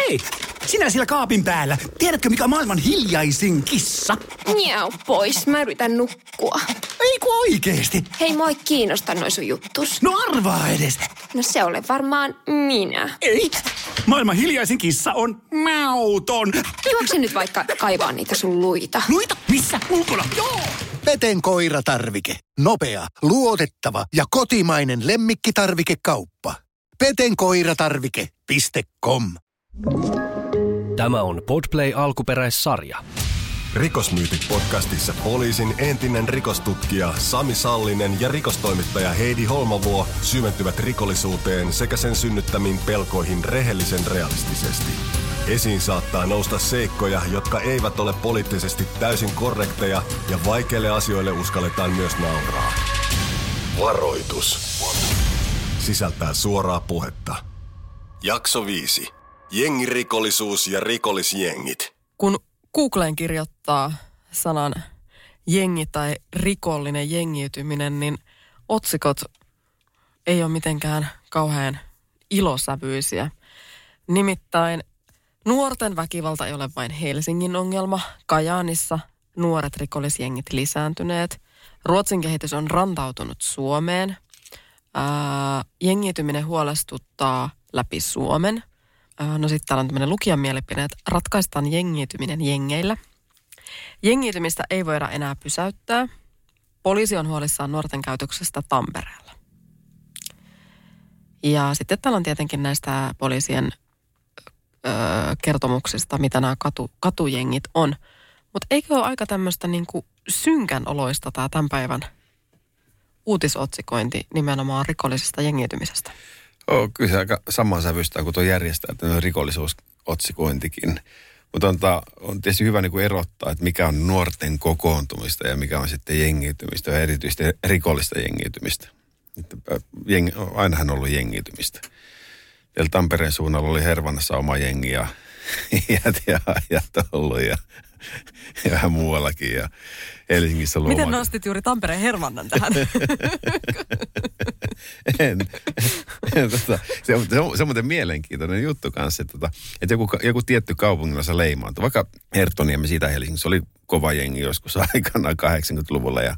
Hei, sinä siellä kaapin päällä. Tiedätkö, mikä on maailman hiljaisin kissa? Miau pois, mä yritän nukkua. Ei kun oikeesti. Hei, moi kiinnosta noi sun juttus. No arvaa edes. No se ole varmaan minä. Ei. Maailman hiljaisin kissa on mauton. Juokse nyt vaikka kaivaa niitä sun luita. Luita? Missä? Ulkona? Joo. Peten koiratarvike. Nopea, luotettava ja kotimainen lemmikkitarvikekauppa. petenkoiratarvike.com. Tämä on Podplay alkuperäissarja. Rikosmyytit podcastissa poliisin entinen rikostutkija Sami Sallinen ja rikostoimittaja Heidi Holmavuo syventyvät rikollisuuteen sekä sen synnyttämiin pelkoihin rehellisen realistisesti. Esiin saattaa nousta seikkoja, jotka eivät ole poliittisesti täysin korrekteja ja vaikeille asioille uskalletaan myös nauraa. Varoitus. Sisältää suoraa puhetta. Jakso 5. Jengirikollisuus ja rikollisjengit. Kun Googleen kirjoittaa sanan jengi tai rikollinen jengiytyminen, niin otsikot ei ole mitenkään kauhean ilosävyisiä. Nimittäin nuorten väkivalta ei ole vain Helsingin ongelma. Kajaanissa nuoret rikollisjengit lisääntyneet. Ruotsin kehitys on rantautunut Suomeen. Jengiytyminen huolestuttaa läpi Suomen. No sitten täällä on tämmöinen lukijan mielipide, että ratkaistaan jengiytyminen jengeillä. Jengiytymistä ei voida enää pysäyttää. Poliisi on huolissaan nuorten käytöksestä Tampereella. Ja sitten täällä on tietenkin näistä poliisien kertomuksista, mitä nämä katujengit on. Mutta eikö ole aika tämmöistä niinku synkän oloista tämä tämän päivän uutisotsikointi nimenomaan rikollisesta jengiytymisestä? Kyllä se aika samansävyistä kuin tuo järjestäytynyt rikollisuusotsikointikin. Mutta on tietysti hyvä niin kuin erottaa, että mikä on nuorten kokoontumista ja mikä on sitten jengiytymistä ja erityisesti rikollista jengiytymistä. Ainahan on ollut jengiytymistä. Siellä Tampereen suunnalla oli Hervannassa oma jengi ja ollut ja vähän muuallakin ja Helsingissä ollut Miten nostit juuri Tampereen Hervannan tähän? Se on muuten mielenkiintoinen juttu kanssa, että joku tietty kaupunginosa leimaantui. Vaikka Herttoniemi siitä Helsingissä oli kova jengi joskus aikanaan 80-luvulla ja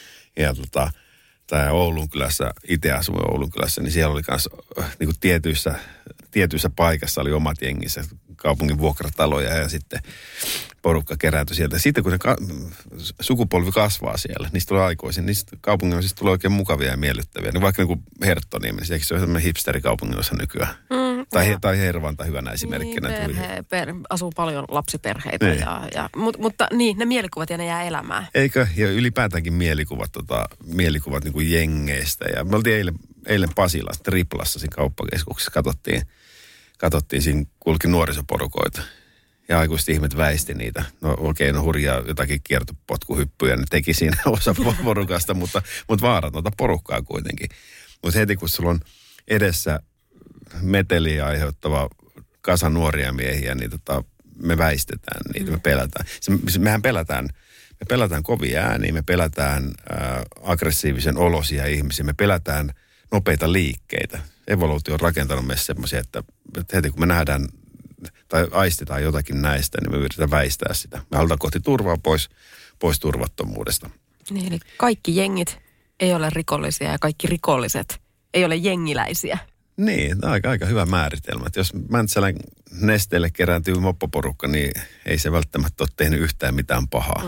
tämä Oulun kylässä, itse asuin Oulun kylässä, niin siellä oli myös niin tietyissä paikassa oli omat jengissä, kaupungin vuokrataloja ja sitten porukka kerääntyi sieltä. Sitten kun se sukupolvi kasvaa siellä, niistä tulee aikuisin, niistä kaupunginosista tulee oikein mukavia ja miellyttäviä. Niin vaikka niin kuin Herttoniemi, niin se on sellainen hipsterikaupunginosa nykyään. Tai Hervanta hyvänä esimerkkinä. Asuu paljon lapsiperheitä. Niin. Mutta niin, ne mielikuvat ja ne jää elämään. Eikö? Ja ylipäätäänkin mielikuvat niin kuin jengeistä. Ja me oltiin eilen Pasilassa, Triplassa siinä kauppakeskuksessa. Katsottiin, siinä kulki nuorisoporukoita. Ja aikuiset ihmet väisti niitä. No okei, hurjaa jotakin kiertopotkuhyppyjä ne teki siinä osa porukasta, mutta vaaratonta porukkaa kuitenkin. Mutta heti kun sulla on edessä meteliä aiheuttava kasa nuoria miehiä, niin me väistetään niitä, me pelätään. Me pelätään kovia ääniä, me pelätään aggressiivisen olosia ihmisiä, me pelätään nopeita liikkeitä. Evoluutio on rakentanut meissä semmoisia, että heti kun me nähdään tai aistetaan jotakin näistä, niin me yritetään väistää sitä. Me halutaan kohti turvaa pois turvattomuudesta. Niin, eli kaikki jengit ei ole rikollisia ja kaikki rikolliset ei ole jengiläisiä. Niin, tämä on aika hyvä määritelmä. Että jos Mäntsälän Nesteelle kerääntyy moppoporukka, niin ei se välttämättä ole tehnyt yhtään mitään pahaa.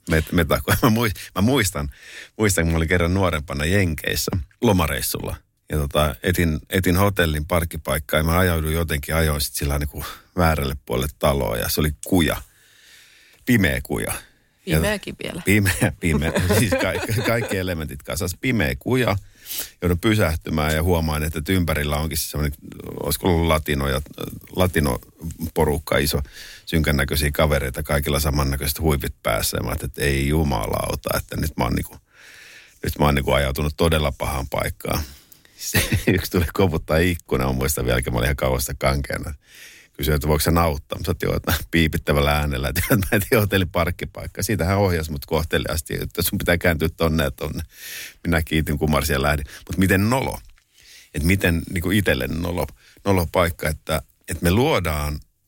Mä muistan, kun mä olin kerran nuorempana Jenkeissä lomareissulla. Ja etin hotellin parkkipaikkaa ja mä ajoin sitten sillä niin kuin väärälle puolelle taloa ja se oli kuja. Pimeä kuja. Pimeäkin vielä. Pimeä. Siis kaikki elementit kasassa. Pimeä kuja. Joudun pysähtymään ja huomaan, että ympärillä onkin semmoinen, olisiko ollut latinoporukka, iso synkän näköisiä kavereita, kaikilla samannäköiset huivit päässä. Ja mä ajattelin, että ei jumalauta, että nyt mä oon ajautunut todella pahaan paikkaan. Yksi tuli koputtaa ikkuna, mä muistan vielä, mä olin ihan kauasta kankeana. Kysyin, että voiko sä nauttaa. Mä sanoin, että piipittävällä äänellä, että mä etin hotellin parkkipaikka. Siitä hän ohjasi mut kohteliaasti, että sun pitää kääntyä tonne ja tonne. Minä kiitin kumarsin ja lähdin. Mutta miten nolo? Että miten niin kuin itselle nolo paikka, että me luodaan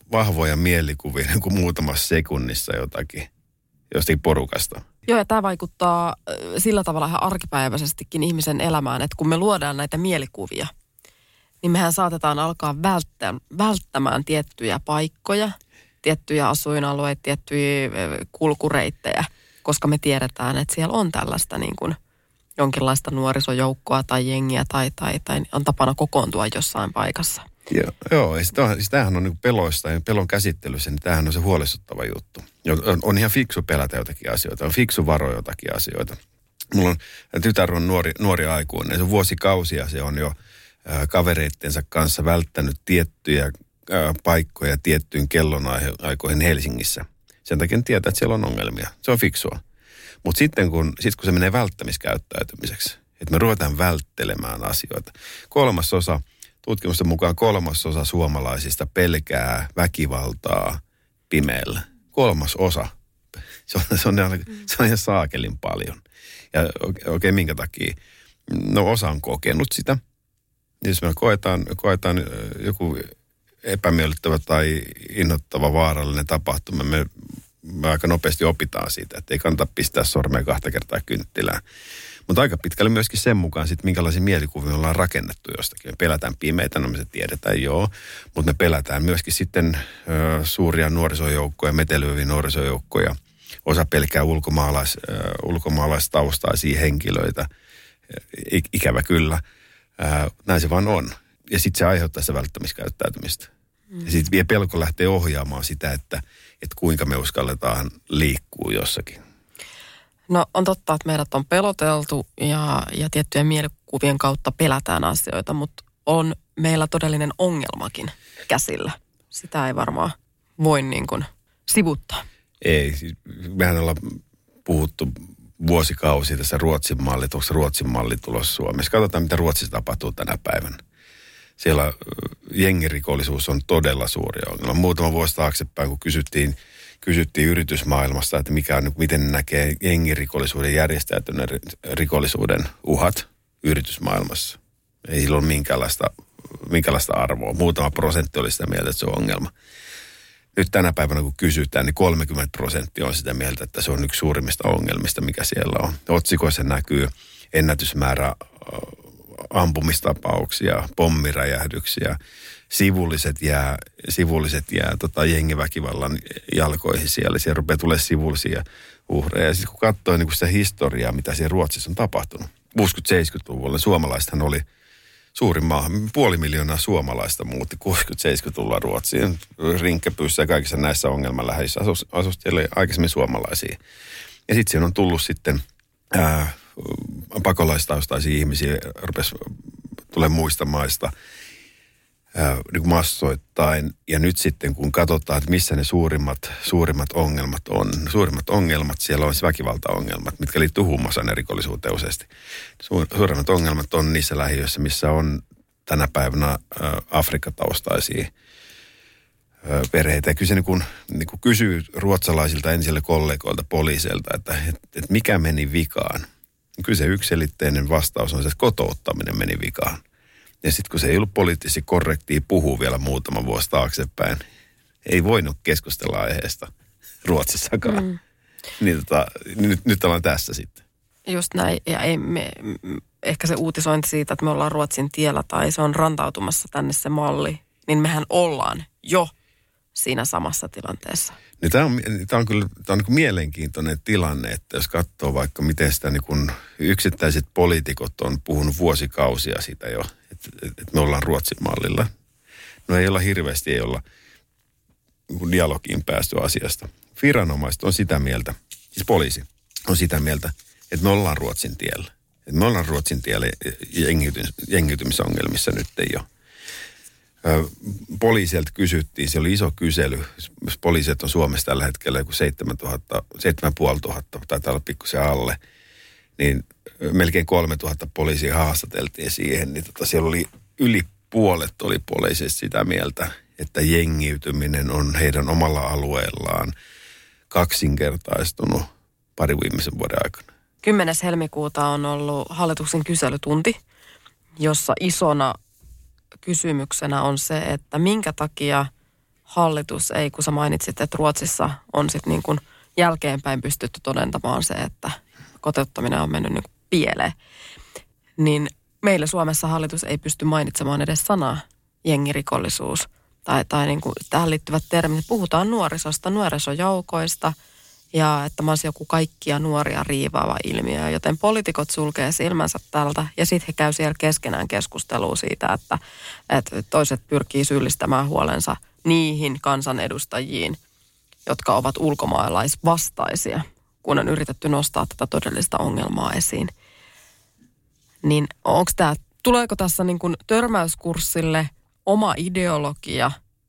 vahvoja mielikuvia niin kuin muutamassa sekunnissa jostakin porukasta. Joo, ja tämä vaikuttaa sillä tavalla ihan arkipäiväisestikin ihmisen elämään, että kun me luodaan näitä mielikuvia, niin mehän saatetaan alkaa välttämään tiettyjä paikkoja, tiettyjä asuinalueita, tiettyjä kulkureittejä, koska me tiedetään, että siellä on tällaista niin kuin jonkinlaista nuorisojoukkoa tai jengiä tai on tapana kokoontua jossain paikassa. Joo, ja tämähän on niin peloista ja pelon käsittelyssä, niin tämähän on se huolestuttava juttu. On ihan fiksu pelätä jotakin asioita, on fiksu varoa jotakin asioita. Mulla on tytär on nuori aikuinen, se on vuosikausia, se on jo kavereittensa kanssa välttänyt tiettyjä paikkoja tiettyyn kellonaikoihin Helsingissä. Sen takia tietää, että siellä on ongelmia. Se on fiksua. Mutta sitten kun se menee välttämiskäyttäytymiseksi, että me ruvetaan välttelemään asioita. Tutkimusten mukaan 3% suomalaisista pelkää väkivaltaa pimeällä. 3%. Se on ihan saakelin paljon. Ja okei, minkä takia? No osa on kokenut sitä. Jos me koetaan joku epämiellyttävä tai inhottava vaarallinen tapahtuma, me aika nopeasti opitaan siitä, että ei kannata pistää sormea 2 kertaa kynttilään. Mutta aika pitkälle myöskin sen mukaan sitten, minkälaisia mielikuvia me ollaan rakennettu jostakin. Me pelätään pimeitä, no me se tiedetään, joo. Mutta me pelätään myöskin sitten suuria nuorisojoukkoja, metelyviä nuorisojoukkoja. Osa pelkää ulkomaalaistaustaisia henkilöitä. Ikävä kyllä. Näin se vaan on. Ja sitten se aiheuttaa sitä välttämiskäyttäytymistä. Ja sitten vielä pelko lähtee ohjaamaan sitä, että kuinka me uskalletaan liikkua jossakin. No on totta, että meidät on peloteltu ja tiettyjen mielikuvien kautta pelätään asioita, mutta on meillä todellinen ongelmakin käsillä. Sitä ei varmaan voi niin kuin sivuttaa. Ei, siis mehän ollaan puhuttu vuosikausia tässä Ruotsin malli tulossa Suomessa. Katsotaan, mitä Ruotsissa tapahtuu tänä päivänä. Siellä jengirikollisuus on todella suuri ongelma. Muutama vuosi taaksepäin, kun kysyttiin yritysmaailmasta, että miten ne näkee jengirikollisuuden, järjestäytyneen rikollisuuden uhat yritysmaailmassa. Ei sillä ole minkäänlaista arvoa. Muutama prosentti oli sitä mieltä, että se on ongelma. Nyt tänä päivänä, kun kysytään, niin 30% on sitä mieltä, että se on yksi suurimmista ongelmista, mikä siellä on. Otsikoissa näkyy ennätysmäärä ampumistapauksia, pommiräjähdyksiä, sivulliset jää jengiväkivallan jalkoihin siellä. Siellä rupeaa tulemaan sivullisia uhreja. Ja sitten kun katsoo niin sitä historiaa, mitä siellä Ruotsissa on tapahtunut. 60-70-luvulla suomalaisethan oli suurin maa. 500,000 suomalaista muutti 60-70-luvulla Ruotsiin. Rinkkepyyssä ja kaikissa näissä ongelmanläheissä asusteli aikaisemmin suomalaisia. Ja sitten siinä on tullut sitten pakolaistaustaisia ihmisiä, rupesi tulemaan muista maista niin massoittain. Ja nyt sitten kun katsotaan, että missä ne suurimmat ongelmat on. Suurimmat ongelmat siellä on väkivaltaongelmat, mitkä liittyy huumausainerikollisuuteen useasti. Suurimmat ongelmat on niissä lähiöissä, missä on tänä päivänä Afrikka-taustaisia perheitä. Ja kyllä se niin kun kysyy ruotsalaisilta entisille kollegoilta, poliiseilta, että mikä meni vikaan. Kyllä se yksiselitteinen vastaus on se, että kotouttaminen meni vikaan. Ja sitten kun se ei ollut poliittisesti korrektia puhua vielä muutama vuosi taaksepäin, ei voinut keskustella aiheesta Ruotsissakaan. Niin nyt ollaan tässä sitten. Just näin. Ja ehkä se uutisointi siitä, että me ollaan Ruotsin tiellä tai se on rantautumassa tänne se malli, niin mehän ollaan jo siinä samassa tilanteessa. Niin tämä on kyllä niin kuin mielenkiintoinen tilanne, että jos katsoo vaikka miten sitä niin kuin yksittäiset poliitikot on puhunut vuosikausia sitä jo, että me ollaan Ruotsin mallilla. No ei olla hirveästi, ei olla niin dialogiin päästy asiasta. Viranomaiset on sitä mieltä, siis poliisi on sitä mieltä, että me ollaan Ruotsin tiellä. Että me ollaan Ruotsin tiellä jengiytymisongelmissa nyt ei ole. Poliisilta kysyttiin, se oli iso kysely, jos poliisit on Suomessa tällä hetkellä joku 7,500, taitaa olla pikkusen alle, niin melkein 3,000 poliisia haastateltiin siihen, niin siellä oli yli puolet oli poliisista sitä mieltä, että jengiytyminen on heidän omalla alueellaan kaksinkertaistunut pari viimeisen vuoden aikana. 10. helmikuuta on ollut hallituksen kyselytunti, jossa isona kysymyksenä on se, että minkä takia hallitus ei, kun sä mainitsit, että Ruotsissa on sitten niin kuin jälkeenpäin pystytty todentamaan se, että kotouttaminen on mennyt niin kuin pieleen. Niin meillä Suomessa hallitus ei pysty mainitsemaan edes sanaa jengirikollisuus tai niin kuin tähän liittyvät termit. Puhutaan nuorisosta, nuorisojoukoista ja että olisi joku kaikkia nuoria riivaava ilmiö, joten poliitikot sulkee silmänsä tältä ja sitten he käy siellä keskenään keskustelua siitä, että toiset pyrkii syyllistämään huolensa niihin kansanedustajiin, jotka ovat ulkomaalaisvastaisia, kun on yritetty nostaa tätä todellista ongelmaa esiin. Niin tuleeko tässä niin kuin törmäyskurssille oma ideologia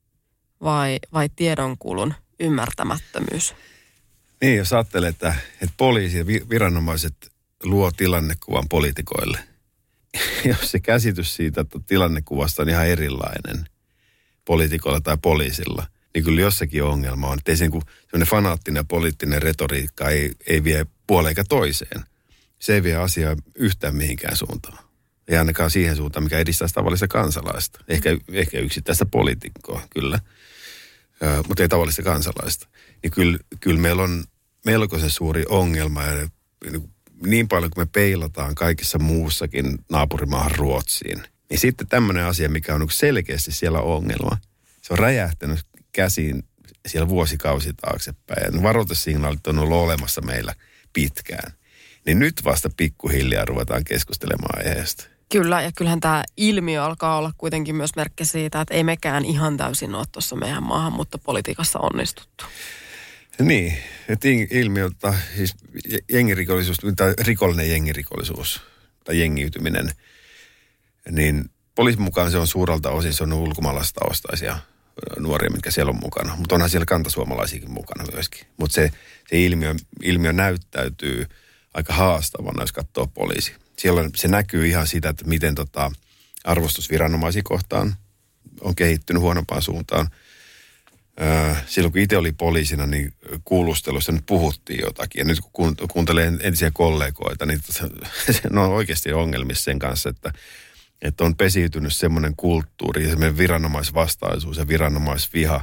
vai tiedonkulun ymmärtämättömyys? Niin, jos ajattelee, että poliisi ja viranomaiset luo tilannekuvan poliitikoille. Jos se käsitys siitä että tilannekuvasta on ihan erilainen poliitikolla tai poliisilla, niin kyllä jossakin ongelma on. Että ei sellainen fanaattinen ja poliittinen retoriikka ei vie puoleen eikä toiseen. Se ei vie asiaa yhtään mihinkään suuntaan. Ei ainakaan siihen suuntaan, mikä edistää tavallista kansalaista. Ehkä yksittäistä poliitikkoa, kyllä. Mutta ei tavallista kansalaista. Niin kyllä meillä on melkoisen suuri ongelma. Ja niin paljon kuin me peilataan kaikissa muussakin naapurimaahan Ruotsiin. Niin sitten tämmöinen asia, mikä on selkeästi siellä ongelma. Se on räjähtänyt käsiin siellä vuosikausi taaksepäin. Ja varoitussignaalit on ollut olemassa meillä pitkään. Niin nyt vasta pikkuhiljaa ruvetaan keskustelemaan aiheesta. Kyllä, ja kyllähän tämä ilmiö alkaa olla kuitenkin myös merkki siitä, että ei mekään ihan täysin ole tuossa meidän maahanmuuttopolitiikassa onnistuttu. Niin, että ilmiö, siis jengirikollisuus, tai rikollinen jengirikollisuus tai jengiytyminen, niin poliisin mukaan se on suurelta osin, se on ulkomaalaistaustaisia nuoria, mitkä siellä on mukana. Mutta onhan siellä kantasuomalaisiakin mukana myöskin. Mutta se ilmiö näyttäytyy aika haastavana, jos katsoo poliisi. Siellä se näkyy ihan sitä, että miten arvostus viranomaisia kohtaan on kehittynyt huonompaan suuntaan. Silloin kun itse oli poliisina, niin kuulustelussa nyt puhuttiin jotakin. Ja nyt kun kuuntelee entisiä kollegoita, niin ne on oikeasti ongelmissa sen kanssa, että on pesiytynyt semmoinen kulttuuri ja semmoinen viranomaisvastaisuus ja viranomaisviha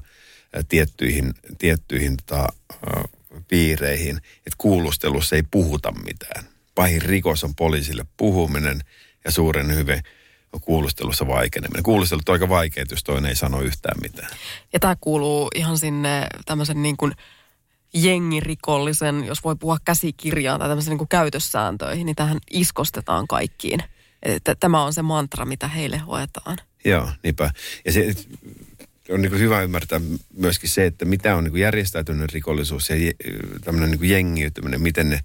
tiettyihin piireihin, että kuulustelussa ei puhuta mitään. Pahin rikos on poliisille puhuminen ja suuren hyve on kuulustelussa vaikeneminen. Kuulustelut on aika vaikeita, jos toinen ei sano yhtään mitään. Ja tämä kuuluu ihan sinne tämmöisen niin kuin jengirikollisen, jos voi puhua käsikirjaan tai tämmöisen niin kuin käytössääntöihin, niin tähän iskostetaan kaikkiin. Että tämä on se mantra, mitä heille hoetaan. Joo, niinpä. Ja se on niin kuin hyvä ymmärtää myöskin se, että mitä on niin kuin järjestäytynyt rikollisuus ja tämmöinen niin kuin jengiytyminen,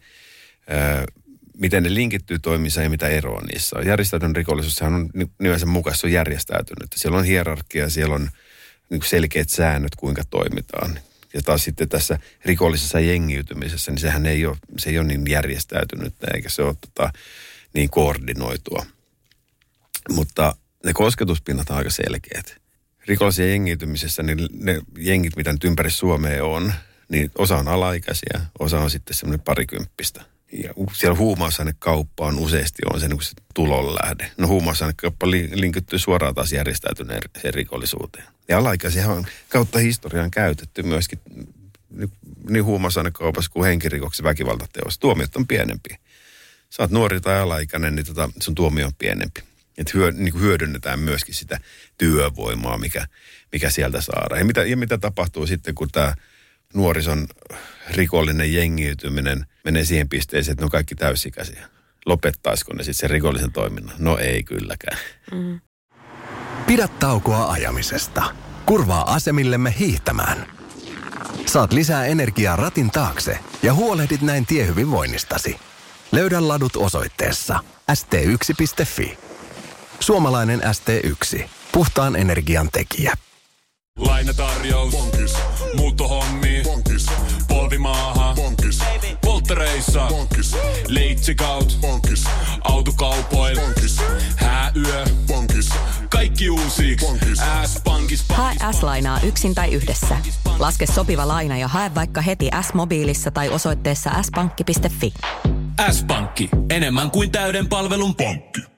miten ne linkittyy toimiinsa ja mitä eroa niissä on. Järjestäytynyt rikollisuus, sehän on nimensä mukaisesti on järjestäytynyt. Siellä on hierarkia, siellä on niin kuin selkeät säännöt, kuinka toimitaan. Ja taas sitten tässä rikollisessa jengiytymisessä, niin sehän ei ole niin järjestäytynyt, eikä se ole niin koordinoitua. Mutta ne kosketuspinnat on aika selkeät. Rikollisessa jengiytymisessä, niin ne jengit, mitä nyt ympäri Suomea on, niin osa on alaikäisiä, osa on sitten semmoinen parikymppistä. Ja siellä huumausainekauppa on useasti se tulonlähde. No huumausainekauppa linkittyy suoraan taas järjestäytyneeseen rikollisuuteen. Ja alaikäisiä on kautta historiaan käytetty myöskin niin huumausainekaupassa kuin henkirikoksen väkivaltateossa. Tuomiot on pienempiä. Sä oot nuori tai alaikäinen, niin sun tuomio on pienempi. Että hyödynnetään myöskin sitä työvoimaa, mikä sieltä saadaan. Ja mitä tapahtuu sitten, kun tämä nuorison rikollinen jengiytyminen menee siihen pisteeseen, että ne on kaikki täysikäisiä. Lopettaisiko ne sitten sen rikollisen toiminnan? No ei kylläkään. Mm. Pidä taukoa ajamisesta. Kurvaa asemillemme hiihtämään. Saat lisää energiaa ratin taakse ja huolehdit näin tiehyvinvoinnistasi. Löydä ladut osoitteessa st1.fi. Suomalainen ST1. Puhtaan energian tekijä. Lainatarjous. Bonkis. Muuttohommi. Bonkis. Polvimaaha. Bonkis. Polttereissa. Bonkis. Leitsikaut. Bonkis. Autokaupoil. Bonkis. Hääyö. Bonkis. Kaikki uusiiksi. S-pankis. Hae S-lainaa yksin tai yhdessä. Laske sopiva laina ja hae vaikka heti S-mobiilissa tai osoitteessa s-pankki.fi. S-pankki. Enemmän kuin täyden palvelun pankki.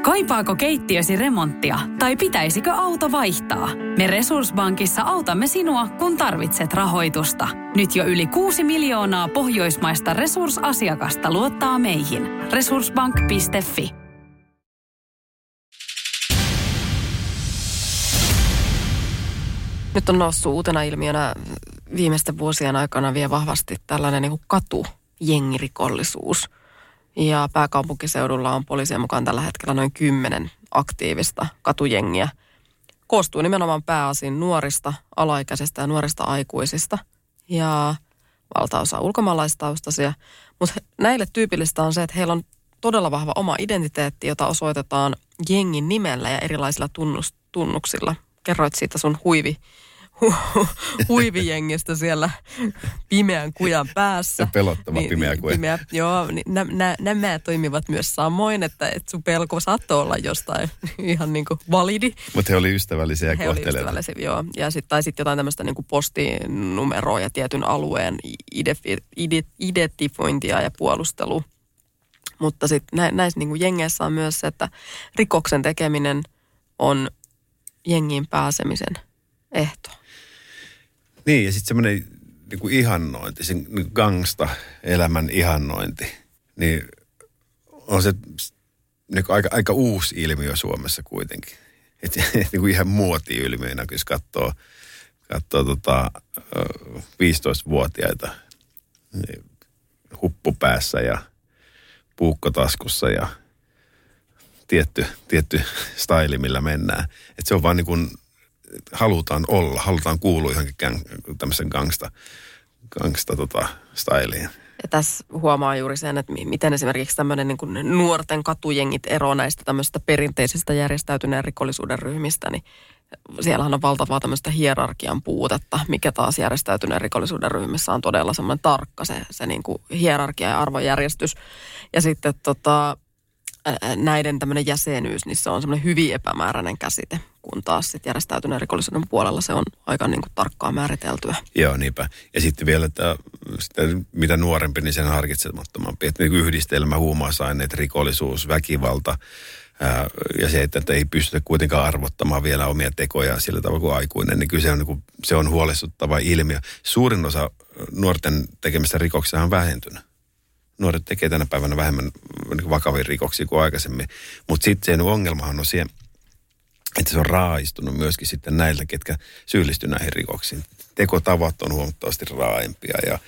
Kaipaako keittiösi remonttia tai pitäisikö auto vaihtaa? Me Resurssbankissa autamme sinua, kun tarvitset rahoitusta. Nyt jo yli 6 miljoonaa pohjoismaista resursasiakasta luottaa meihin. Resurssbank.fi. Nyt on noussut uutena ilmiönä viimeisten vuosien aikana vielä vahvasti tällainen niin kuin katujengirikollisuus. Ja pääkaupunkiseudulla on poliisien mukaan tällä hetkellä noin 10 aktiivista katujengiä. Koostuu nimenomaan pääasiin nuorista, alaikäisistä ja nuorista aikuisista. Ja valtaosa ulkomaalaistaustaisia. Mutta näille tyypillistä on se, että heillä on todella vahva oma identiteetti, jota osoitetaan jengin nimellä ja erilaisilla tunnuksilla. Kerroit siitä sun huivijengistä siellä pimeän kujan päässä. Se pelottava pimeä kuja. Joo, niin nämä toimivat myös samoin, että sun pelko saattoi olla jostain ihan niin kuin validi. Mutta he oli ystävällisiä ja kohteleita. He oli ystävällisiä, joo. Ja tai sitten jotain tämmöistä niin kuin postinumeroa ja tietyn alueen identifiointia ja puolustelua. Mutta sitten näissä niin kuin jengeissä on myös se, että rikoksen tekeminen on jengiin pääsemisen ehto. Niin, ja sitten semmoinen niin ihannointi, se niin gangsta-elämän ihannointi, niin on se niin aika uusi ilmiö Suomessa kuitenkin. Että niin ihan muoti-ilmiönä, jos katsoo 15-vuotiaita niin huppu päässä ja puukko taskussa ja tietty staili, millä mennään. Että se on vaan niin kuin halutaan kuulua johonkin tämmöisen gangsta-styliin. Ja tässä huomaa juuri sen, että miten esimerkiksi tämmöinen niin kuin nuorten katujengit eroaa näistä tämmöisistä perinteisistä järjestäytyneen rikollisuuden ryhmistä, niin siellähän on valtavaa tämmöistä hierarkian puutetta, mikä taas järjestäytyneen rikollisuuden ryhmissä on todella semmoinen tarkka se niin kuin hierarkia ja arvojärjestys. Ja sitten näiden tämmöinen jäsenyys, niin se on semmoinen hyvin epämääräinen käsite, kun taas sitten järjestäytyneen rikollisuuden puolella se on aika niin kuin tarkkaan määriteltyä. Joo, niinpä. Ja sitten vielä, että mitä nuorempi, niin sen harkitsemattomampi. Että niin yhdistelmä, huumausaineet, rikollisuus, väkivalta ja se, että ei pystytä kuitenkaan arvottamaan vielä omia tekoja sillä tavalla kuin aikuinen, niin kyllä se on huolestuttava ilmiö. Suurin osa nuorten tekemistä rikoksista on vähentynyt. Nuoret tekee tänä päivänä vähemmän vakavia rikoksia kuin aikaisemmin. Mutta sitten se ongelmahan on se, että se on raaistunut myöskin sitten näiltä, ketkä syyllistyy näihin rikoksiin. Tekotavat on huomattavasti raaempia ja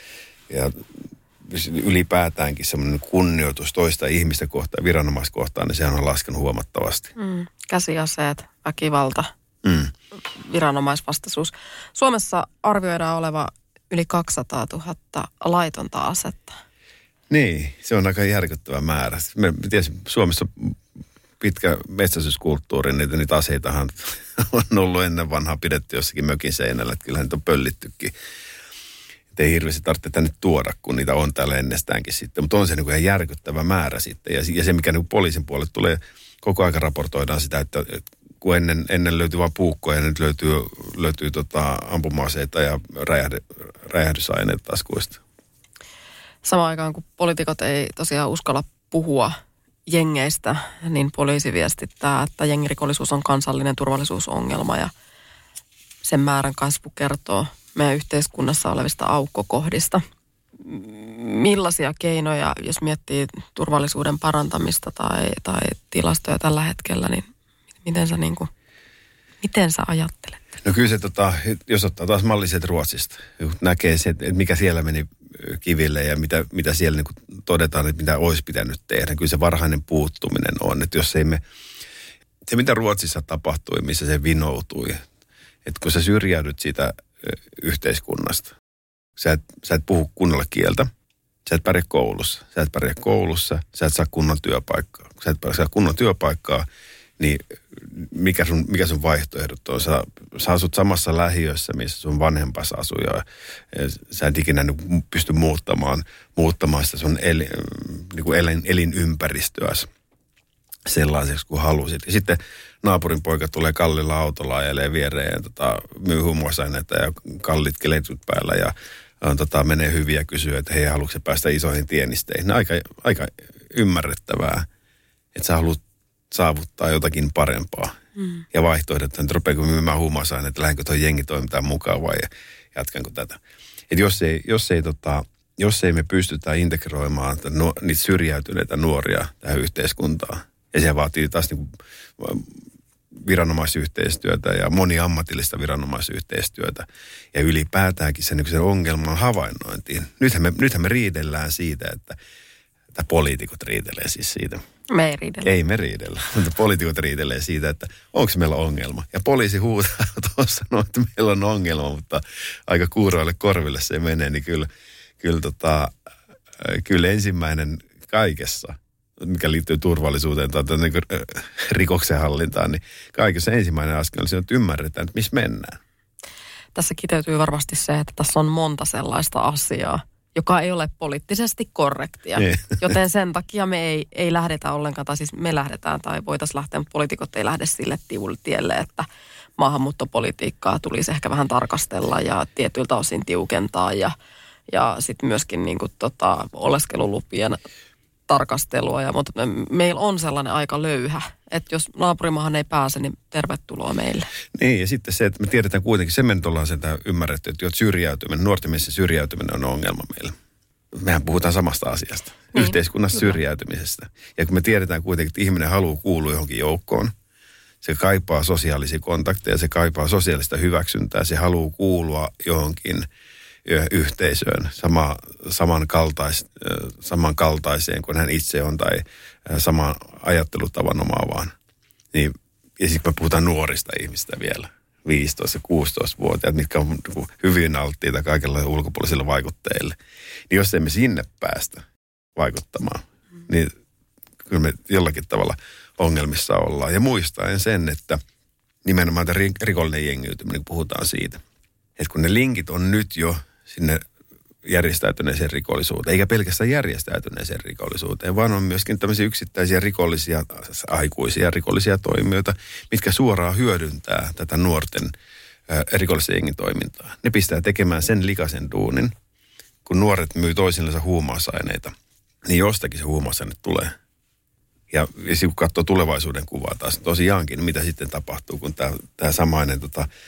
ylipäätäänkin semmoinen kunnioitus toista ihmistä kohtaan, viranomaiskohtaan, niin sehän on laskenut huomattavasti. Käsiaseet, väkivalta, viranomaisvastaisuus. Suomessa arvioidaan oleva yli 200 000 laitonta asetta. Niin, se on aika järkyttävä määrä. Me tiedämme, Suomessa pitkä metsästyskulttuuri, niitä aseitahan on ollut ennen vanhaa pidetty jossakin mökin seinällä, että kyllähän niitä on pöllittykin. Että ei hirveästi tarvitse tänne tuoda, kun niitä on täällä ennestäänkin sitten. Mutta on se niin ihan järkyttävä määrä sitten. Ja se, mikä niin poliisin puolelle tulee, koko aika raportoidaan sitä, että kun ennen löytyi vain puukkoja ja nyt löytyy ampuma-aseita ja räjähdysaineita taskuista. Samaan aikaan, kun poliitikot ei tosiaan uskalla puhua jengeistä, niin poliisi viestittää, että jengirikollisuus on kansallinen turvallisuusongelma ja sen määrän kasvu kertoo meidän yhteiskunnassa olevista aukkokohdista. Millaisia keinoja, jos miettii turvallisuuden parantamista tai tilastoja tällä hetkellä, niin miten sä ajattelet? No kyllä se, jos ottaa taas malliset Ruotsista, näkee se, että mikä siellä meni kiville ja mitä siellä niin todetaan, että mitä olisi pitänyt tehdä. Kyllä se varhainen puuttuminen on, että jos ei se mitä Ruotsissa tapahtui, missä se vinoutui, että kun sä syrjäydyt siitä yhteiskunnasta, sä et puhu kunnolla kieltä, sä et pärjää koulussa, sä et saa kunnon työpaikkaa. Kun sä et saa kunnon työpaikkaa, niin mikä sun vaihtoehdot on? Sä asut samassa lähiössä, missä sun vanhempas asuu ja sä et ikinä pysty muuttamaan sitä sun elinympäristöä sellaiseksi kuin halusit. Ja sitten naapurin poika tulee kallilla autolla, ajelee viereen ja myy huumausaineita ja kallit keletut päällä ja menee hyvin ja kysyy, että hei, haluatko sä päästä isoihin tienisteihin? Aika ymmärrettävää, että sä haluat saavuttaa jotakin parempaa. Ja vaihtoehdot, että rupeanko myymään huumausaineita, lähdenkö tuon jengitoimintaan mukaan vai jatkanko tätä. Että jos ei me pystytä integroimaan niitä syrjäytyneitä nuoria tähän yhteiskuntaan, ja se vaatii taas niin kuin viranomaisyhteistyötä ja moniammatillista viranomaisyhteistyötä ja ylipäätäänkin sen ongelman havainnointiin. Nythän me riidellään siitä, että poliitikot riitelee siis siitä. Me ei riidellä. Ei me riidellä, mutta poliitikot riitelee siitä, että onko meillä ongelma. Ja poliisi huutaa tuossa, että meillä on ongelma, mutta aika kuuroille korville se menee, niin kyllä ensimmäinen kaikessa, mikä liittyy turvallisuuteen tai rikoksen hallintaan, niin kaikessa ensimmäinen askel on se, että ymmärretään, että missä mennään. Tässä kiteytyy varmasti se, että tässä on monta sellaista asiaa, joka ei ole poliittisesti korrektia. Joten sen takia me ei lähdetä ollenkaan, tai siis me lähdetään tai voitaisiin lähteä, mutta poliitikot ei lähde sille tielle, että maahanmuuttopolitiikkaa tulisi ehkä vähän tarkastella ja tietyiltä osin tiukentaa ja sitten myöskin niin kuin oleskelulupien tarkastelua. Mutta meillä on sellainen aika löyhä, että jos naapurimaahan ei pääse, niin tervetuloa meille. Niin, ja sitten se, että me tiedetään kuitenkin, se me nyt ollaan sitä ymmärretty, että nuorten mielestä syrjäytyminen on ongelma meillä. Mehän puhutaan samasta asiasta, yhteiskunnasta syrjäytymisestä. Ja kun me tiedetään kuitenkin, että ihminen haluaa kuulua johonkin joukkoon, se kaipaa sosiaalisia kontakteja, se kaipaa sosiaalista hyväksyntää, se haluaa kuulua johonkin yhteisöön samankaltaiseen kuin hän itse on tai saman ajattelutavan omaavaan. Niin, ja sitten me puhutaan nuorista ihmistä vielä, 15- ja 16-vuotiaat, mitkä on hyvin alttiita kaikilla ulkopuolisilla vaikutteille. Niin jos emme sinne päästä vaikuttamaan, niin kyllä me jollakin tavalla ongelmissa ollaan. Ja muistaen sen, että nimenomaan tämä rikollinen jengiytyminen, kun puhutaan siitä, että kun ne linkit on nyt jo sinne järjestäytyneeseen rikollisuuteen, eikä pelkästään järjestäytyneeseen rikollisuuteen, vaan on myöskin tämmöisiä yksittäisiä rikollisia, aikuisia rikollisia toimijoita, mitkä suoraan hyödyntää tätä nuorten rikollisen jengin toimintaa. Ne pistää tekemään sen likaisen duunin, kun nuoret myy toisillensa huumausaineita, niin jostakin se huumausaine tulee. Ja kun katsoo tulevaisuuden kuvaa taas tosiaankin, niin mitä sitten tapahtuu, kun tämä samainen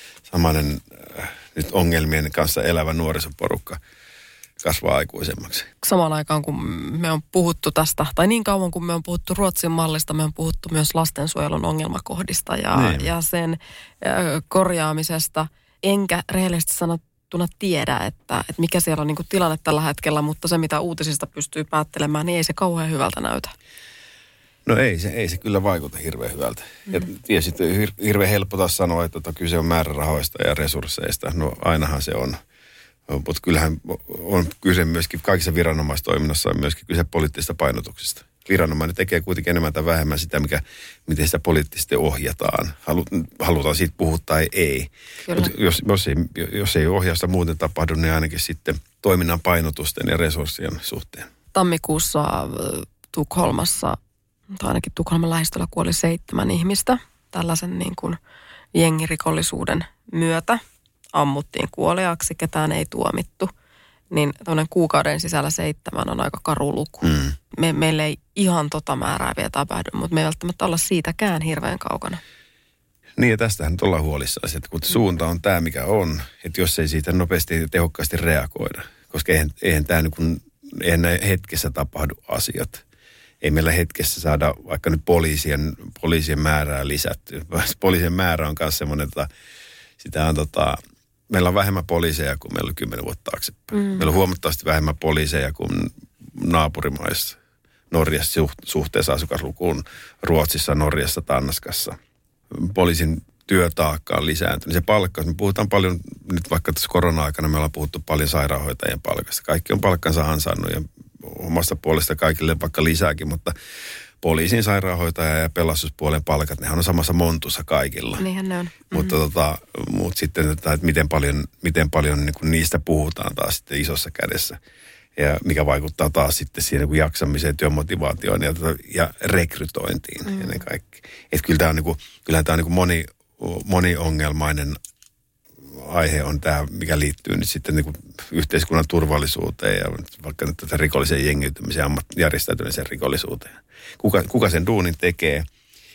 nyt ongelmien kanssa elävä nuorisoporukka kasvaa aikuisemmaksi. Samaan aikaan, kun me on puhuttu tästä, tai niin kauan kun me on puhuttu Ruotsin mallista, me on puhuttu myös lastensuojelun ongelmakohdista ja sen korjaamisesta. Enkä rehellisesti sanottuna tiedä, että mikä siellä on niin kuin tilanne tällä hetkellä, mutta se, mitä uutisista pystyy päättelemään, niin ei se kauhean hyvältä näytä. No ei se kyllä vaikuta hirveän hyvältä. Ja tietysti hirveän helppo taas sanoa, että kyse on määrärahoista ja resursseista. No ainahan se on. Mutta kyllähän on kyse myöskin kaikissa viranomaistoiminnassa on myöskin kyse poliittisista painotuksista. Viranomainen tekee kuitenkin enemmän tai vähemmän sitä, miten sitä poliittisesti ohjataan. Halutaan siitä puhua tai ei. Mutta jos ei ohjausta muuten tapahdu, niin ainakin sitten toiminnan painotusten ja resurssien suhteen. Tammikuussa Tukholmassa, tai ainakin Tukholman lähistöllä kuoli 7 ihmistä tällaisen niin kuin jengirikollisuuden myötä. Ammuttiin kuoliaaksi, ketään ei tuomittu. Niin tuollainen kuukauden sisällä 7 on aika karu luku. Meillä ei ihan määrää vielä tapahdu, mutta me ei välttämättä olla siitäkään hirveän kaukana. Niin ja tästähän nyt ollaan huolissaan, että kun suunta on tämä mikä on, että jos ei siitä nopeasti ja tehokkaasti reagoida, koska eihän hetkessä tapahdu asiat. Ei meillä hetkessä saada vaikka nyt poliisien määrää lisättyä. Poliisien määrä on myös semmoinen, että sitä on meillä on vähemmän poliiseja kuin meillä oli 10 vuotta taaksepäin. Meillä on huomattavasti vähemmän poliiseja kuin naapurimaissa. Norjassa suhteessa asukaslukuun, Ruotsissa, Norjassa, Tanskassa. Poliisin työtaakka on lisääntynyt. Se palkka, me puhutaan paljon, nyt vaikka tässä korona-aikana me ollaan puhuttu paljon sairaanhoitajien palkasta. Kaikki on palkkansa ansainnut ja omasta puolesta kaikille vaikka lisääkin, mutta poliisin, sairaanhoitaja ja pelastuspuolen palkat, nehän on samassa montussa kaikilla. Niinhän ne on. Mutta sitten, että miten paljon niin kuin niistä puhutaan taas sitten isossa kädessä. Ja mikä vaikuttaa taas sitten siihen niin jaksamiseen, työmotivaatioon ja rekrytointiin ennen kaikkea. Että kyllähän tämä on niin moniongelmainen aihe on tämä, mikä liittyy nyt sitten niin kuin yhteiskunnan turvallisuuteen ja vaikka nyt tätä rikollisen jengiytymiseen, järjestäytyneeseen rikollisuuteen. Kuka sen duunin tekee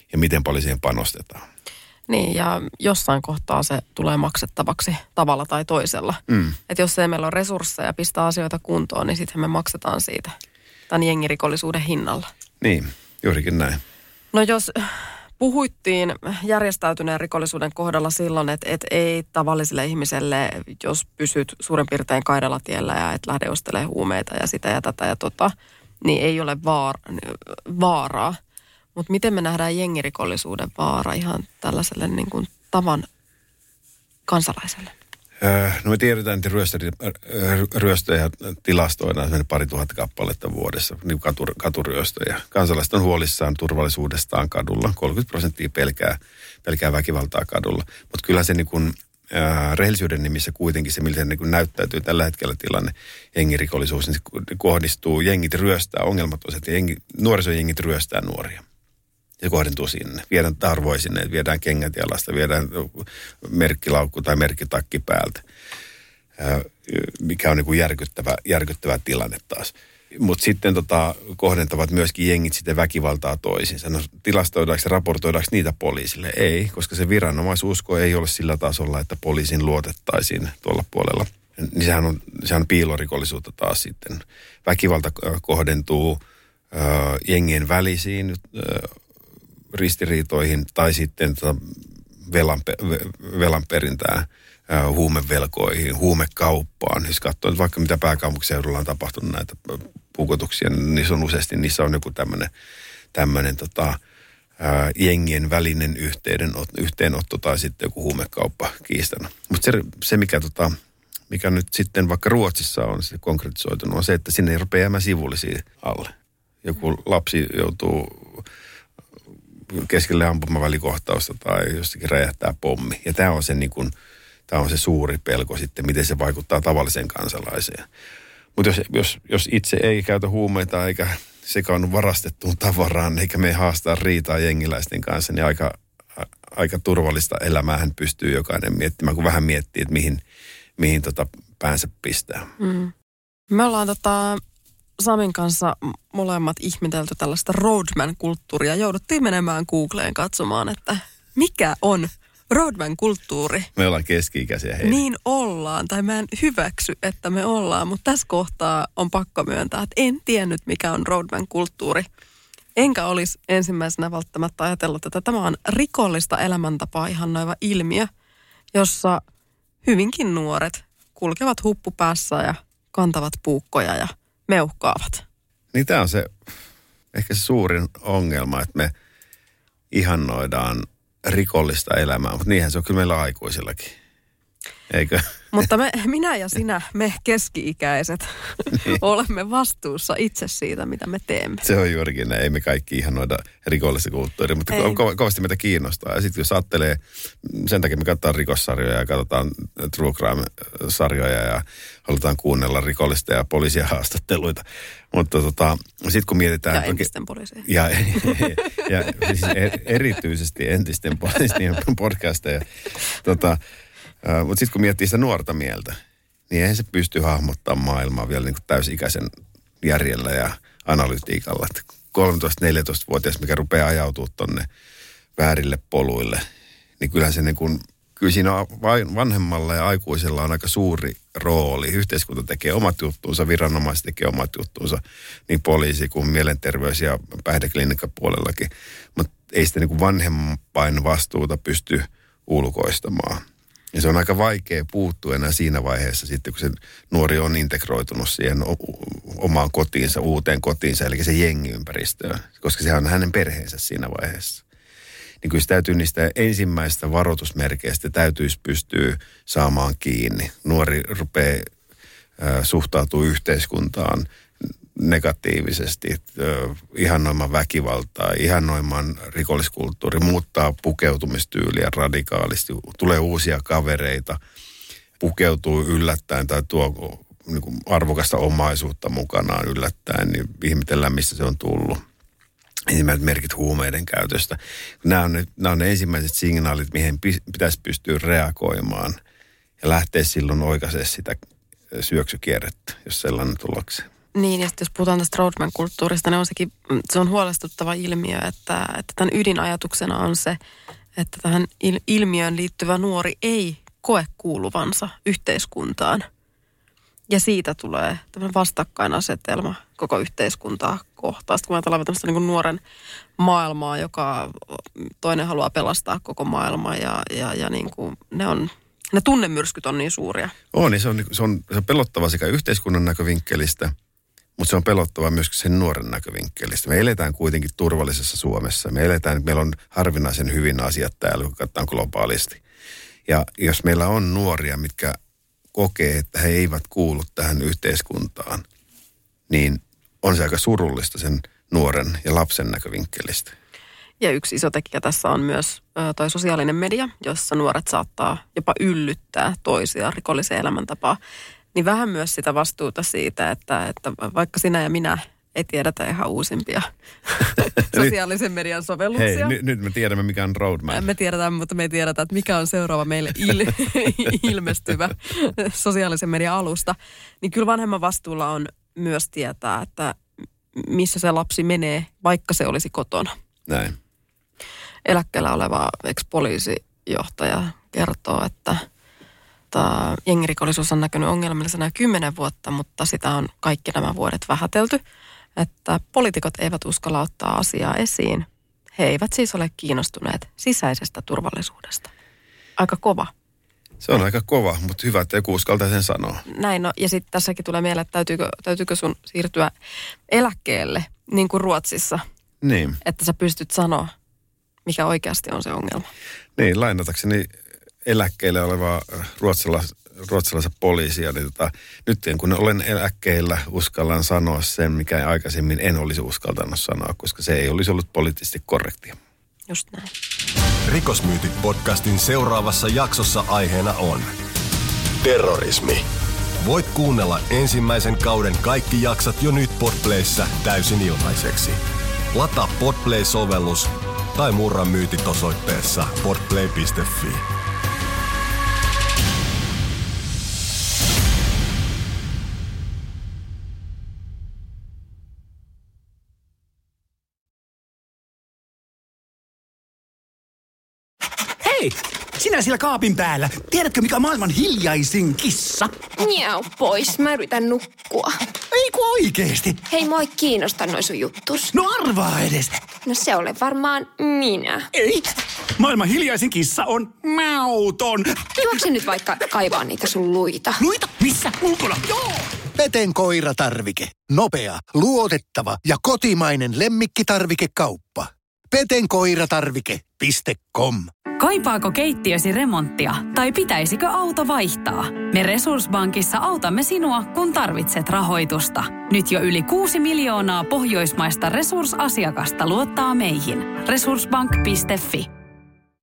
ja miten paljon siihen panostetaan. Niin, ja jossain kohtaa se tulee maksettavaksi tavalla tai toisella. Että jos ei meillä ole resursseja pistää asioita kuntoon, niin sitten me maksetaan siitä tämän jengirikollisuuden hinnalla. Niin, juurikin näin. No jos puhuttiin järjestäytyneen rikollisuuden kohdalla silloin, että ei tavalliselle ihmiselle, jos pysyt suurin piirtein kaidalla tiellä ja et lähde ostelemaan huumeita ja sitä ja tätä ja niin ei ole vaaraa. Mutta miten me nähdään jengirikollisuuden vaara ihan tällaiselle niin kuin tavan kansalaiselle? No me tiedetään, että ryöstöjä tilastoidaan 2000 kappaletta vuodessa, niin katuryöstöjä. Kansalaiset on huolissaan turvallisuudestaan kadulla. 30% pelkää väkivaltaa kadulla. Mutta kyllä se niin kuin, rehellisyyden nimissä kuitenkin se, miltä se niin kuin näyttäytyy tällä hetkellä tilanne, jengirikollisuus, niin se kohdistuu, jengit ryöstää, ongelmat on se, että nuorisojengit ryöstää nuoria. Se kohdentuu sinne. Viedään tarvoja sinne, viedään kengät jalasta, viedään merkkilaukku tai merkkitakki päältä, mikä on niin kuin järkyttävä tilanne taas. Mutta sitten kohdentavat myöskin jengit sitten väkivaltaa toisiinsa. No tilastoidaanko ja raportoidaanko niitä poliisille? Ei, koska se viranomaisuusko ei ole sillä tasolla, että poliisin luotettaisiin tuolla puolella. Niin sehän on piilorikollisuutta taas sitten. Väkivalta kohdentuu jengien välisiin ristiriitoihin tai sitten velan perintään, huumevelkoihin, huumekauppaan. Jos katsoo vaikka mitä pääkaupunkiseudulla on tapahtunut näitä puukotuksia, niin niissä on joku tämmöinen jengien välinen yhteenotto tai sitten joku huumekauppa kiistana. Mutta se mikä nyt sitten vaikka Ruotsissa on se konkretisoitunut, on se, että sinne ei rupea jäämään sivullisia alle. Joku lapsi joutuu keskelle ampumavälikohtausta tai jostakin räjähtää pommi. Ja tämä on se suuri pelko sitten, miten se vaikuttaa tavalliseen kansalaiseen. Mutta jos itse ei käytä huumeita eikä sekaannu varastettuun tavaraan, eikä me haastaa riitaa jengiläisten kanssa, niin aika turvallista elämää hän pystyy jokainen miettimään, kun vähän miettii, että mihin päänsä pistää. Me ollaan Samin kanssa molemmat ihmetelty tällaista roadman-kulttuuria. Jouduttiin menemään Googleen katsomaan, että mikä on roadman-kulttuuri. Me ollaan keski-ikäisiä heitä. Niin ollaan, tai mä en hyväksy, että me ollaan, mutta tässä kohtaa on pakko myöntää, että en tiennyt, mikä on roadman-kulttuuri. Enkä olisi ensimmäisenä välttämättä ajatellut, että tämä on rikollista elämäntapaa ihannoiva ilmiö, jossa hyvinkin nuoret kulkevat huppu päässä ja kantavat puukkoja ja meuhkaavat. Niin tämä on ehkä se suurin ongelma, että me ihannoidaan rikollista elämää, mutta niinhän se on kyllä meillä aikuisillakin, eikö? Mutta minä ja sinä, me keski-ikäiset, olemme vastuussa itse siitä, mitä me teemme. Se on juurikin näin, ei me kaikki ihannoida rikollista kulttuuria, mutta kovasti meitä kiinnostaa. Ja sitten jos ajattelee, sen takia me katsotaan rikossarjoja ja katsotaan true crime-sarjoja ja halutaan kuunnella rikollista ja poliisia haastatteluita. Mutta sitten kun mietitään... Ja entisten poliisia. Ja siis erityisesti entisten poliisien podcasteja. Mutta sitten kun miettii sitä nuorta mieltä, niin eihän se pysty hahmottamaan maailmaa vielä niin kuin täysikäisen järjellä ja analytiikalla. 13-14-vuotias, mikä rupeaa ajautumaan tonne väärille poluille, niin kyllähän se niin kuin, kyllä siinä vanhemmalla ja aikuisella on aika suuri rooli. Yhteiskunta tekee omat juttuunsa, viranomaiset tekee omat juttuunsa, niin poliisi kuin mielenterveys- ja päihdeklinikkapuolellakin. Mutta ei sitä niin kuin vanhempain vastuuta pysty ulkoistamaan. Ja se on aika vaikea puuttua enää siinä vaiheessa sitten, kun se nuori on integroitunut siihen omaan kotiinsa, uuteen kotiinsa, eli se jengiympäristöön, koska sehän on hänen perheensä siinä vaiheessa. Niin kyllä se täytyy niistä ensimmäistä varoitusmerkeistä täytyisi pystyä saamaan kiinni. Nuori rupeaa suhtautumaan yhteiskuntaan negatiivisesti, ihannoimaan väkivaltaa, ihannoimaan rikolliskulttuuri, muuttaa pukeutumistyyliä radikaalisti, tulee uusia kavereita, pukeutuu yllättäen tai tuo niin kuin arvokasta omaisuutta mukanaan yllättäen, niin ihmetellään, missä se on tullut. Ensimmäiset merkit huumeiden käytöstä. Nämä on ne ensimmäiset signaalit, mihin pitäisi pystyä reagoimaan ja lähteä silloin oikaisemaan sitä syöksykierrettä, jos sellainen tulokseen. Niin, ja jos puhutaan tästä roadman-kulttuurista, niin se on huolestuttava ilmiö, että tämän ydinajatuksena on se, että tähän ilmiöön liittyvä nuori ei koe kuuluvansa yhteiskuntaan. Ja siitä tulee tämmöinen vastakkainasetelma koko yhteiskuntaa kohtaan. Sitten kun ajatellaan tämmöistä niin kuin nuoren maailmaa, joka toinen haluaa pelastaa koko maailmaa ja niin kuin ne tunnemyrskyt on niin suuria. Niin se on pelottava sekä yhteiskunnan näkövinkkelistä, mutta se on pelottava myös sen nuoren näkövinkkelistä. Me eletään kuitenkin turvallisessa Suomessa. Meillä on harvinaisen hyvin asiat täällä, kun katsotaan globaalisti. Ja jos meillä on nuoria, mitkä kokee, että he eivät kuulu tähän yhteiskuntaan, niin on se aika surullista sen nuoren ja lapsen näkövinkkelistä. Ja yksi iso tekijä tässä on myös toi sosiaalinen media, jossa nuoret saattaa jopa yllyttää toisia rikolliseen elämäntapaan. Niin vähän myös sitä vastuuta siitä, että vaikka sinä ja minä ei tiedetä ihan uusimpia sosiaalisen median sovelluksia. Hei, nyt me tiedämme, mikä on roadman. Me tiedetään, mutta me ei tiedetä, että mikä on seuraava meille ilmestyvä sosiaalisen median alusta. Niin kyllä vanhemman vastuulla on myös tietää, että missä se lapsi menee, vaikka se olisi kotona. Näin. Eläkkeellä oleva ex-poliisijohtaja kertoo, että jengirikollisuus on näkynyt ongelmallisena jo 10 vuotta, mutta sitä on kaikki nämä vuodet vähätelty, että poliitikot eivät uskalla ottaa asiaa esiin. He eivät siis ole kiinnostuneet sisäisestä turvallisuudesta. Aika kova. Se on aika kova, mutta hyvä, että joku uskaltaa sen sanoa. Näin, no ja sitten tässäkin tulee mieleen, että täytyykö sun siirtyä eläkkeelle, niin kuin Ruotsissa. Niin. Että sä pystyt sanoa, mikä oikeasti on se ongelma. Niin, lainatakseni eläkkeelle olevaa ruotsalaisen poliisia, niin nyt kun olen eläkkeellä, uskallan sanoa sen, mikä aikaisemmin en olisi uskaltanut sanoa, koska se ei olisi ollut poliittisesti korrektia. Just näin. Rikosmyytit-podcastin seuraavassa jaksossa aiheena on terrorismi. Voit kuunnella ensimmäisen kauden kaikki jaksot jo nyt Podplayssä täysin ilmaiseksi. Lataa Podplay-sovellus tai murra myytit osoitteessa podplay.fi. Hei, sinä siellä kaapin päällä. Tiedätkö, mikä on maailman hiljaisin kissa? Miau pois, mä yritän nukkua. Ei kun oikeesti. Hei, mua ei kiinnosta noi sun juttus. No arvaa edes. No se ole varmaan minä. Ei. Maailman hiljaisin kissa on mauton. Juokse nyt vaikka kaivaa niitä sun luita. Luita? Missä? Ulkona? Joo! Peten koiratarvike. Nopea, luotettava ja kotimainen lemmikkitarvikekauppa. petenkoiratarvike.com. Kaipaako keittiösi remonttia tai pitäisikö auto vaihtaa? Me Resurssbankissa autamme sinua, kun tarvitset rahoitusta. Nyt jo yli 6 miljoonaa pohjoismaista resursasiakasta luottaa meihin. Resurssbank.fi.